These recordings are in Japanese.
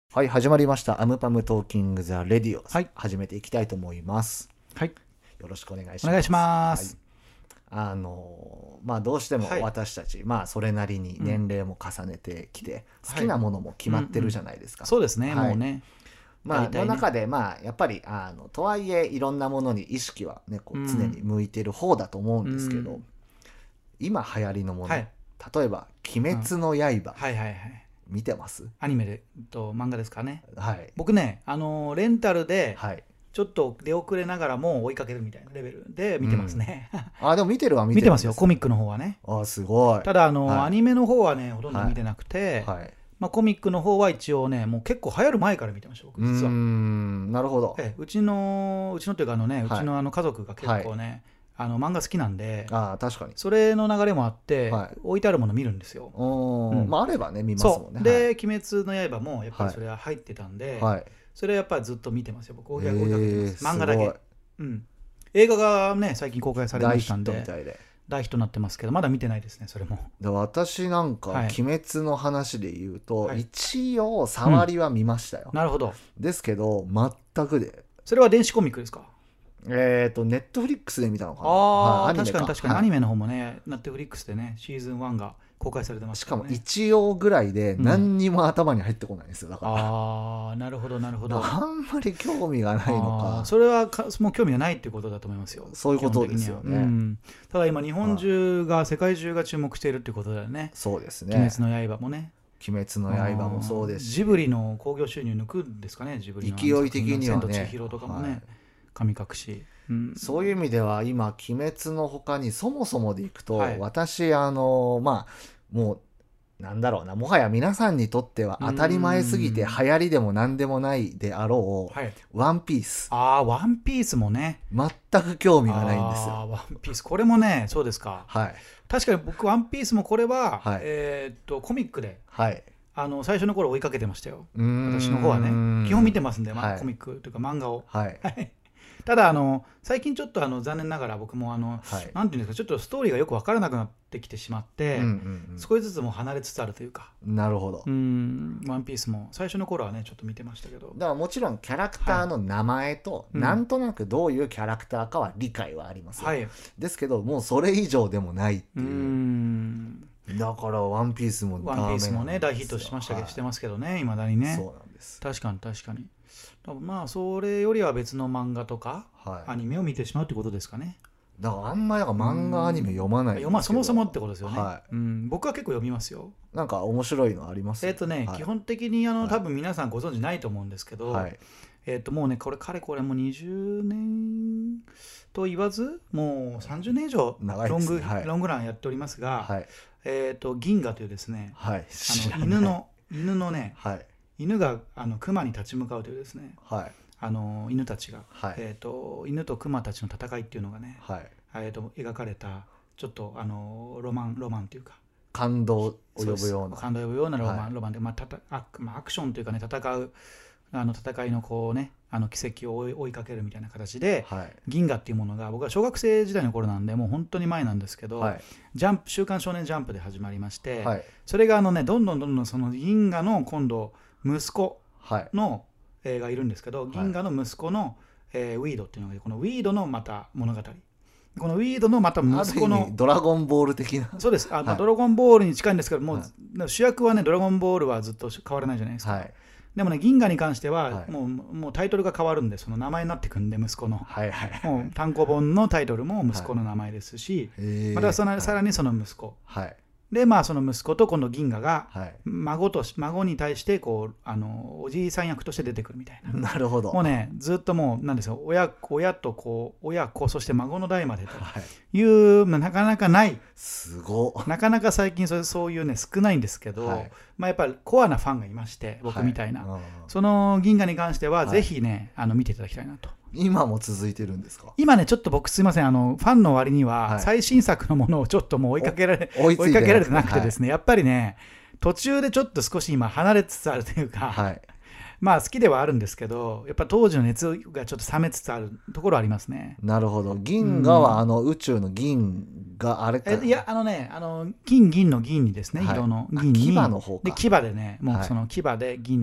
はい、始まりました。アムパムトーキングザレディオ、 はい、 始めていきたいと思います。 はい、 よろしくお願いします。 お願いします。 はい、どうしてもはい、 私たち、それなりに年齢も重ねてきて、好はい、 きなものも決まってるじゃないですか。 そうですね、 はい、 もうね。大体ねの中で、やっぱりとはいえいろんなものに意識はね、こう常に向いてる方だと思うんですけど、今流行りのもの、 はい、 例えば「鬼滅の刃」 はいはいはい。 見てます？ アニメで漫画ですかね。 はい。 僕ね、レンタルではい。 ちょっと出遅れながらも追いかけるみたいなレベルで見てますね。 でも見てるは見て見てるんです。 ますよ、コミックの方はね。 すごい。 ただはいアニメの方はね、ほとんど見てなくて、 はい。 コミックの方は一応ね、もう結構流行る前から見てました、僕実は。 なるほど。 うちのというかうちの家族が結構ね、漫画好きなんで、 確かに。 それの流れもあって、 はい、 置いてあるもの見るんですよ。 あればね見ますもんね。 で、鬼滅の刃もやっぱりそれは入ってたんで、 はい、 それはやっぱりずっと見てますよ。僕追いかけてます。漫画だけ。 す映画がね最近公開されましたんで、 大ヒットみたいで大ヒットになってますけど、まだ見てないですね、それも。 で私なんか、 はい、 鬼滅の話で言うと、 はい、 一応触りは見ましたよ。 なるほど。 ですけど全くで。 それは電子コミックですか？ ネットフリックスで見たのかな。 確かに確かに、アニメの方もね、ネットフリックスでね、シーズン1が公開されてますからね。 しかも一応ぐらいで何にも頭に入ってこないんですよ。だからなるほどなるほど。 あんまり興味がないのか。 それはもう興味がないっていうことだと思いますよ。 そういうことですよね。 ただ今日本中が、世界中が注目しているっていうことだよね。 そうですね。 鬼滅の刃もね。 鬼滅の刃もそうですし、 ジブリの興行収入抜くんですかね。ジブリの勢い的にはね、 千と千尋とかもね、神隠し。 そういう意味では今鬼滅の他にそもそもでいくと、私もうなんだろうな、もはや皆さんにとっては当たり前すぎて流行りでも何でもないであろう、ワンピース。 ワンピースもね、 全く興味がないんですよ。 ワンピース、これもね、そうですか。 はい。 確かに僕ワンピースもこれは、コミックで、最初の頃追いかけてましたよ。私の方はね、基本見てますんで、コミックというか漫画を。ただ最近ちょっと残念ながら僕もなんていうんですか、ちょっとストーリーがよく分からなくなってきてしまって、少しずつもう離れつつあるというか。 なるほど。 ワンピースも最初の頃はねちょっと見てましたけど、 だからもちろんキャラクターの名前と、なんとなくどういうキャラクターかは理解はありますよ、ですけどもうそれ以上でもないっていう。だからワンピースもワンピースもね大ヒットしましたけど、してますけどね、いまだにね。 そうなんです。 確かに確かに。それよりは別の漫画とか、アニメを見てしまうってことですかね。 だからあんまり漫画アニメ読まないんですけど、 そもそもってことですよね。僕は結構読みますよ。 なんか面白いのあります？ 基本的に多分皆さんご存知ないと思うんですけど、もうねこれかれこれもう20年と言わずもう30年以上ロングランやっておりますが、銀河というですね、犬のね、犬が熊に立ち向かうというですね、犬たちが、犬と熊たちの戦いっていうのがね、描かれたちょっとロマンというか感動を呼ぶようなロマンで、アクションというかね、戦いのこうね奇跡を追いかけるみたいな形で、銀河っていうものが僕は小学生時代の頃なんでもう本当に前なんですけど、週刊少年ジャンプで始まりまして、それがどんどんその銀河の今度息子の、がいるんですけど、銀河の息子の、ウィードっていうのが、このウィードのまた物語、このウィードのまた息子のドラゴンボール的な。 そうです。ドラゴンボールに近いんですけど、もう主役はねドラゴンボールはずっと変わらないじゃないですか。でもね銀河に関してはもうタイトルが変わるんで、その名前になってくんで、息子のもう単行本のタイトルも息子の名前ですし、またさらにその息子で、その息子と今度銀河が孫に対してこうおじいさん役として出てくるみたいな。 なるほど。 もうねずっともうなんですよ、親と親子そして孫の代までという、なかなかない、 すごなかなか最近そういうね少ないんですけど、やっぱりコアなファンがいまして、僕みたいな、その銀河に関してはぜひね見ていただきたいなと。 今も続いてるんですか？ 今ねちょっと僕すいません、ファンの割には最新作のものをちょっともう追いかけられてなくてですね、やっぱりね途中でちょっと少し今離れつつあるというか、好きではあるんですけど、やっぱ当時の熱がちょっと冷めつつあるところありますね。 なるほど。銀河は宇宙の銀があれか。 いや銀の銀にですね、色の銀に牙の方か。 で牙でね、もうその牙で銀の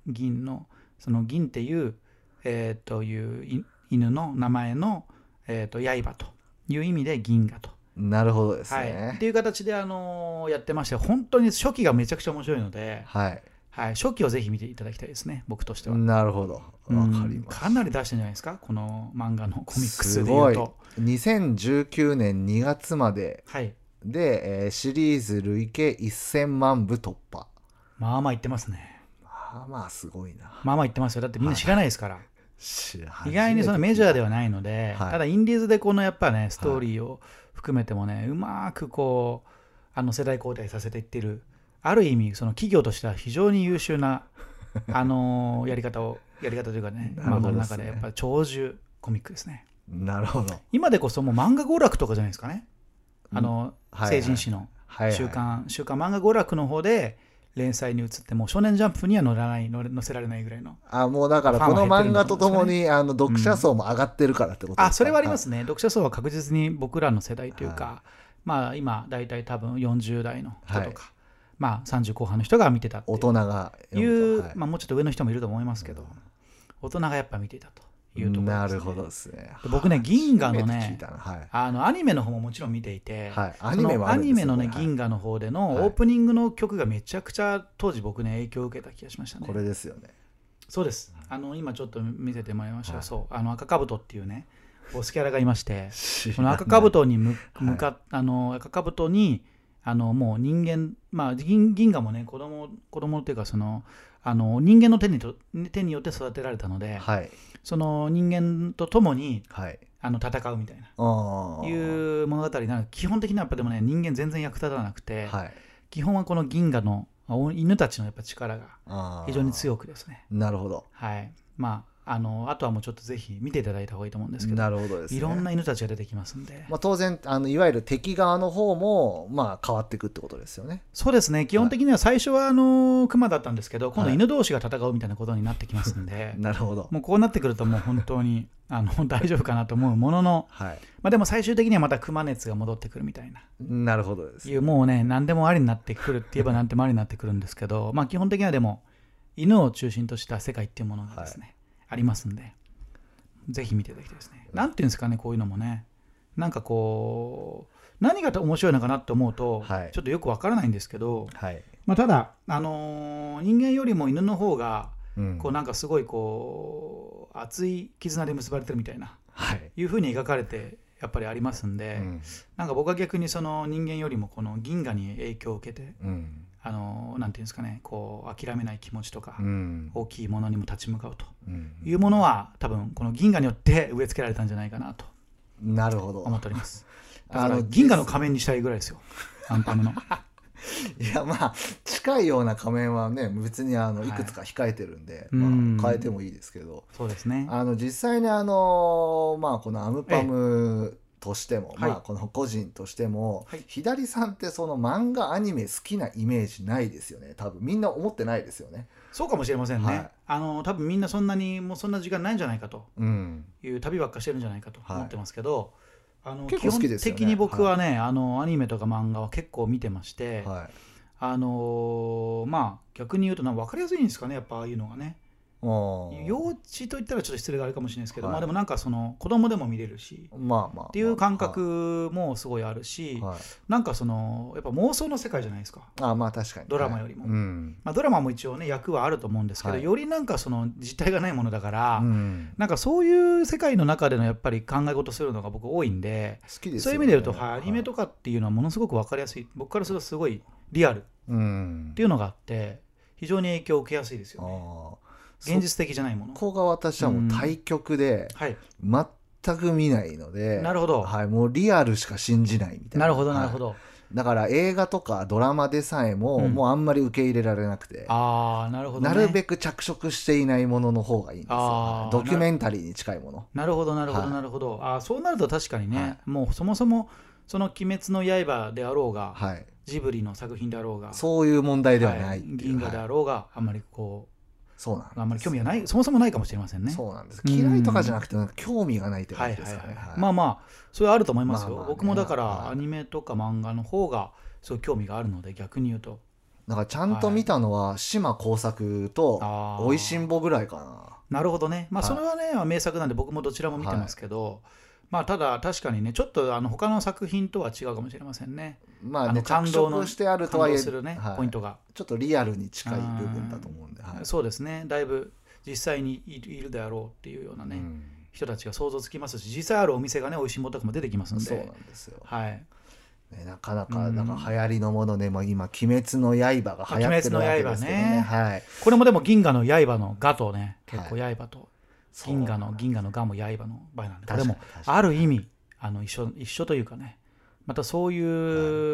銀のその銀っていう、いう犬の名前の、刃という意味で銀河と。 なるほどですね。 はい、っていう形で、やってまして、本当に初期がめちゃくちゃ面白いので、 はいはい、初期をぜひ見ていただきたいですね、僕としては。 なるほど、わかりました。 かなり出してるんじゃないですか、この漫画のコミックスでいうと。 すごい。2019年2月までで、シリーズ累計1000万部突破。 まあまあ言ってますね。 まあまあすごいな。 まあまあ言ってますよ。だってみんな知らないですから。意外にそのメジャーではないので、ただインディーズでこのやっぱねストーリーを含めてもね、うまくこう世代交代させていってる、ある意味その企業としては非常に優秀なやり方というかね、漫画の中でやっぱり長寿コミックですね。 なるほど。 今でこそもう漫画娯楽とかじゃないですかね。成人誌の週刊漫画娯楽の方で連載に移っても少年ジャンプには載せられないぐらいの。 もうだからこの漫画とともに読者層も上がってるからってことですか。 それはありますね。読者層は確実に僕らの世代というか、まあ今大体多分40代の人とか、まあ30後半の人が見てたっていう、 大人がいう、まあもうちょっと上の人もいると思いますけど、大人がやっぱ見ていたというところですね。 なるほどですね。 僕ね、銀河のね、アニメの方ももちろん見ていて、アニメのね、銀河の方でのオープニングの曲がめちゃくちゃ当時僕ね、影響を受けた気がしましたね。 これですよね。 そうです。今ちょっと見せてもらいました。そう、赤かぶとっていうね、ボスキャラがいまして、この赤かぶとに赤かぶとに、もう人間、まあ銀河もね、子供っていうか人間の手によって育てられたので、その人間と共に、戦うみたいないう物語なので、基本的にはやっぱでもね、人間全然役立たなくて、基本はこの銀河の犬たちのやっぱ力が非常に強くですね。 なるほど。 はい。まああとはもうちょっとぜひ見ていただいた方がいいと思うんですけど、 なるほどですね、 いろんな犬たちが出てきますんで、 当然いわゆる敵側の方も変わっていくってことですよね。 そうですね。基本的には最初は熊だったんですけど、今度犬同士が戦うみたいなことになってきますんで、 なるほど。 もうこうなってくるともう本当に大丈夫かなと思うものの、でも最終的にはまた熊熱が戻ってくるみたいな。 なるほどです。 もうね、何でもありになってくるって言えば何でもありになってくるんですけど、基本的にはでも犬を中心とした世界っていうものがですね、ありますんで、ぜひ見ていただきたいですね。なんていうんですかね、こういうのもね、なんかこう何が面白いのかなって思うと、ちょっとよくわからないんですけど、ただ人間よりも犬の方がこうなんかすごいこう熱い絆で結ばれてるみたいな、いう風に描かれてやっぱりありますんで、なんか僕は逆にその人間よりもこの銀河に影響を受けて、なんていうんですかね、こう諦めない気持ちとか、大きいものにも立ち向かうというものは、多分この銀河によって植え付けられたんじゃないかなと思っております。だから銀河の仮面にしたいぐらいですよ、アンパムの。 いや近いような仮面はね別にいくつか控えてるんで、変えてもいいですけど、 そうですね。 実際にこのアムパムとしても、この個人としても、左さんってその漫画アニメ好きなイメージないですよね。多分みんな思ってないですよね。 そうかもしれませんね。多分みんなそんなにもうそんな時間ないんじゃないかという旅ばっかしてるんじゃないかと思ってますけど、 結構好きですよね。 基本的に僕はね、アニメとか漫画は結構見てまして、逆に言うと分かりやすいんですかね、やっぱああいうのがね。幼稚といったらちょっと失礼があるかもしれないですけど、でもなんかその子供でも見れるしっていう感覚もすごいあるし、なんかそのやっぱ妄想の世界じゃないですか。 確かにドラマよりも、ドラマも一応ね役はあると思うんですけど、よりなんかその実体がないものだから、なんかそういう世界の中でのやっぱり考え事するのが僕多いんで、 好きですよね。 そういう意味で言うと、アニメとかっていうのはものすごく分かりやすい、僕からするとすごいリアルっていうのがあって、非常に影響を受けやすいですよね。現実的じゃないもの。 ここが私はもう対極で全く見ないので、 なるほど、 もうリアルしか信じないみたいな。 なるほどなるほど。 だから映画とかドラマでさえも、もうあんまり受け入れられなくて、 なるほどね、 なるべく着色していないものの方がいいんですよ。ドキュメンタリーに近いもの。 なるほどなるほどなるほど。そうなると確かにね、もうそもそもその「鬼滅の刃」であろうが、ジブリの作品であろうが、 そういう問題ではないっていう、 銀河であろうが、あんまりこうそうなんです、 あんまり興味がない、そもそもないかもしれませんね。 そうなんです。嫌いとかじゃなくて興味がないって感じですかね。 それはあると思いますよ。僕もだからアニメとか漫画の方がすごい興味があるので、逆に言うとなんかちゃんと見たのは島耕作とおいしんぼぐらいかな。 なるほどね。まあそれはね、名作なんで僕もどちらも見てますけど、まあただ確かにねちょっと他の作品とは違うかもしれませんね。 まあね、感動のしてあるとはいえするね、ポイントがちょっとリアルに近い部分だと思うんで、 そうですね。だいぶ実際にいるであろうっていうようなね、人たちが想像つきますし、実際あるお店がね、おいしんぼとかも出てきますんで。 そうなんですよ。 はい。 ね、なかなかなんか流行りのもので、も今「鬼滅の刃」が流行ってるわけですけどね。はい。 これもでも銀河の刃のガとね、結構刃と銀河のガも刃の場合なんで、これもある意味一緒というかね。またそういう、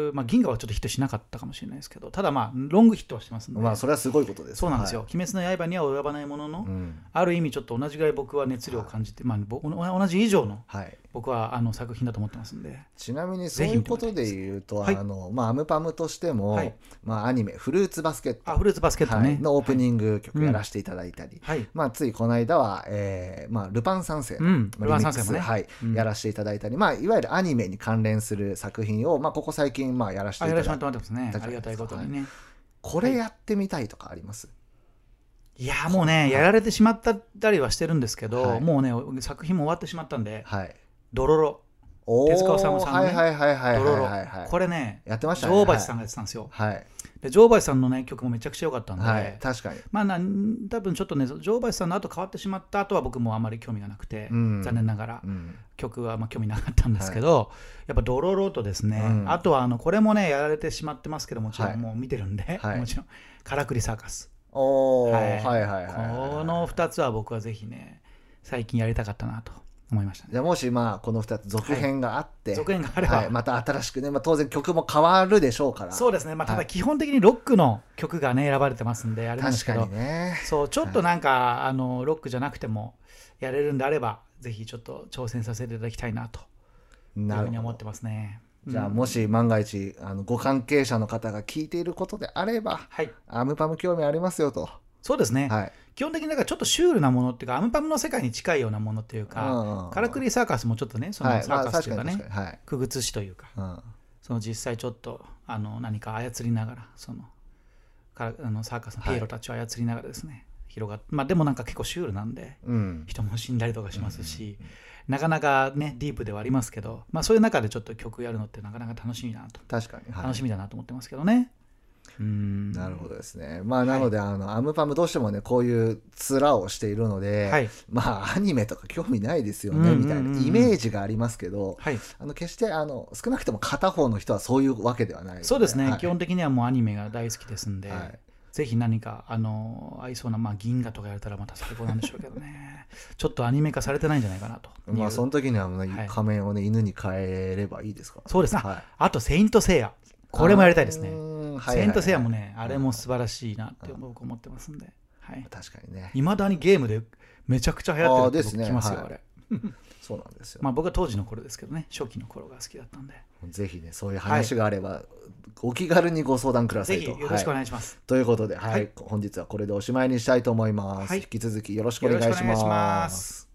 まあ、銀河はちょっとヒットしなかったかもしれないですけど、ただまあロングヒットはしてますんで、 まあそれはすごいことです。 そうなんですよ。鬼滅の刃には及ばないものの、ある意味ちょっと同じぐらい僕は熱量を感じて、まあ同じ以上の僕は作品だと思ってますんで。 ちなみにそういうことで言うと、まあアムパムとしても、まあアニメフルーツバスケット、 フルーツバスケットねのオープニング曲やらせていただいたり、まあついこの間はまあルパン三世のリミックスやらせていただいたり、まあいわゆるアニメに関連する作品をまあここ最近まあやらせていただいてますね。ありがたいことにね。 これやってみたいとかあります？ いやもうねやられてしまったりはしてるんですけど、もうね作品も終わってしまったんで、ドロロ、手塚治虫さんのねドロロ、これねやってましたね。 女王蜂さんがやってたんですよ。で女王蜂さんのね曲もめちゃくちゃ良かったんで、 確かにまあ多分ちょっとね女王蜂さんの後変わってしまった後は僕もあまり興味がなくて、残念ながら曲はまあ興味なかったんですけど、やっぱドロロとですね、あとはこれもねやられてしまってますけど、もちろんもう見てるんで、もちろんカラクリサーカス、この2つは僕はぜひね最近やりたかったなと思いましたね。 じゃあもしまあこの2つ続編があって、 続編があれば、 また新しくね、まあ、当然曲も変わるでしょうから。 そうですね、まあ、ただ基本的にロックの曲がね選ばれてますんであれなんですけど、 確かにね、 そうちょっとなんか、ロックじゃなくてもやれるんであればぜひちょっと挑戦させていただきたいなというふうに思ってますね。 じゃあもし万が一ご関係者の方が聞いていることであれば、アムパム興味ありますよと。 そうですね、基本的にだからちょっとシュールなものっていうかアムパムの世界に近いようなものっていうか、カラクリサーカスもちょっとねそのサーカスというかね、くぐつしというか、その実際ちょっと何か操りながらそのサーカスのピエロたちを操りながらですね、広がって、まあでもなんか結構シュールなんで、人も死んだりとかしますし、なかなかねディープではありますけど、まあそういう中でちょっと曲やるのってなかなか楽しみだなと、楽しみだなと思ってますけどね。 なるほどですね。まあなのでアムパムどうしてもねこういう面をしているので、まあアニメとか興味ないですよねみたいなイメージがありますけど、決して少なくとも片方の人はそういうわけではないので。 そうですね、基本的にはもうアニメが大好きですんで、ぜひ何か合いそうな、まあ、銀河とかやれたらまた最高なんでしょうけどねちょっとアニメ化されてないんじゃないかなと。 まあその時には、仮面をね犬に変えればいいですから、ね。 そうですね、あとセイントセイヤ、これもやりたいですね。セイントセイヤもね、あれも素晴らしいなって僕思ってますんで、 確かにね、 いまだにゲームでめちゃくちゃ流行ってるって僕聞きますよ、あれ。 そうなんですよ。 まあ僕は当時の頃ですけどね、初期の頃が好きだったんで、 ぜひねそういう話があれば、お気軽にご相談くださいと。 ぜひよろしくお願いします。 ということで、本日はこれでおしまいにしたいと思います。引き続きよろしくお願いします。